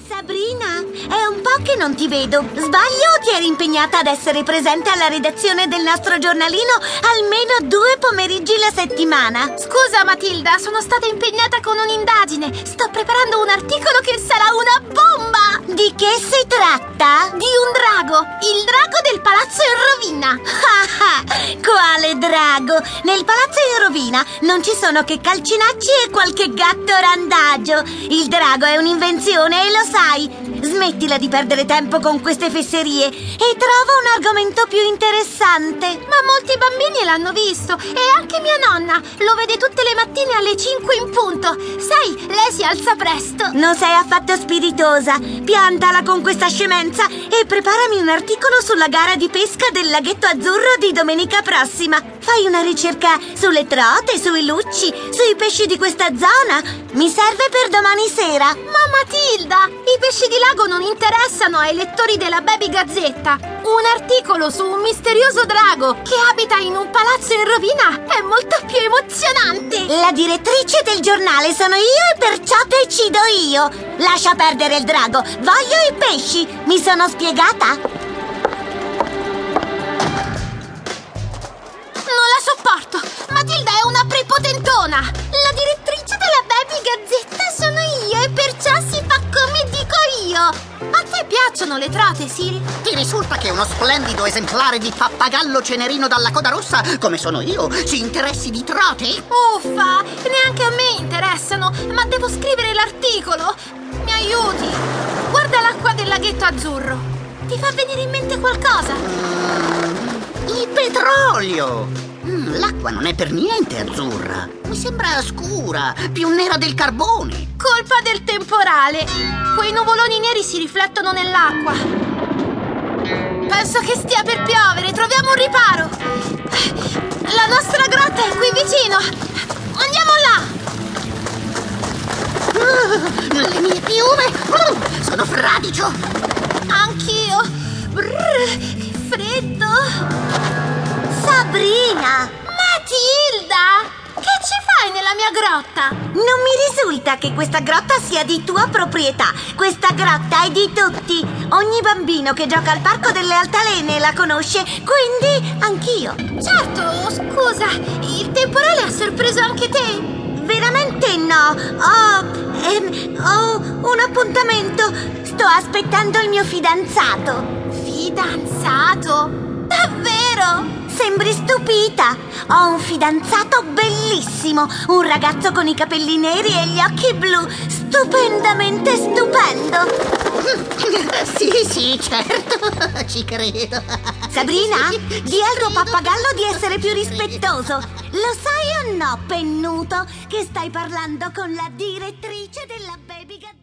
Sabrina, è un po' che non ti vedo. Sbaglio o ti eri impegnata ad essere presente alla redazione del nostro giornalino almeno 2 pomeriggi la settimana? Scusa Matilda, sono stata impegnata con un'indagine. Sto preparando un articolo che sarà una bomba! Di che si tratta? Di un drago, il drago del palazzo in rovina. Quale drago? Nel palazzo in rovina non ci sono che calcinacci e qualche gatto randagio. Il drago è un'invenzione e lo sai. Smettila di perdere tempo con queste fesserie e trova un argomento più interessante. Ma molti bambini l'hanno visto e anche mia nonna lo vede tutte le mattine alle 5 in punto. Sai, lei si alza presto. Non sei affatto spiritosa. Piantala con questa scemenza e preparami un articolo sulla gara di pesca del laghetto azzurro di domenica prossima. Fai una ricerca sulle trote, sui lucci, sui pesci di questa zona. Mi serve per domani sera. Ma Matilda, i pesci di lago non interessano ai lettori della Baby Gazzetta. Un articolo su un misterioso drago che abita in un palazzo in rovina è molto più emozionante. La direttrice del giornale sono io e perciò decido io. Lascia perdere il drago, voglio i pesci. Mi sono spiegata? Non la sopporto! Matilda è una prepotentona! La direttrice della Baby Gazzetta sono io e perciò si fa come dico io! A te piacciono le trote, Sil? Ti risulta che uno splendido esemplare di pappagallo cenerino dalla coda rossa, come sono io, ci interessi di trote? Uffa! Neanche a me interessano, ma devo scrivere l'articolo! Mi aiuti? Guarda l'acqua del laghetto azzurro! Ti fa venire in mente qualcosa? Il petrolio! L'acqua non è per niente azzurra. Mi sembra scura, più nera del carbone. Colpa del temporale. Quei nuvoloni neri si riflettono nell'acqua. Penso che stia per piovere. Troviamo un riparo. La nostra grotta è qui vicino. Andiamo là. Le mie piume sono fradicio. Anch'io. Brrr, che freddo. Sabrina! Matilda! Che ci fai nella mia grotta? Non mi risulta che questa grotta sia di tua proprietà. Questa grotta è di tutti. Ogni bambino che gioca al parco delle altalene la conosce, quindi anch'io. Certo, scusa, il temporale ha sorpreso anche te? Veramente no. Ho un appuntamento. Sto aspettando il mio fidanzato. Fidanzato? Davvero? Sembri stupita. Ho un fidanzato bellissimo, un ragazzo con i capelli neri e gli occhi blu, stupendamente stupendo. Sì, certo, ci credo. Sabrina, di al tuo pappagallo di essere più rispettoso. Lo sai o no, pennuto, che stai parlando con la direttrice della Baby Gazzetta?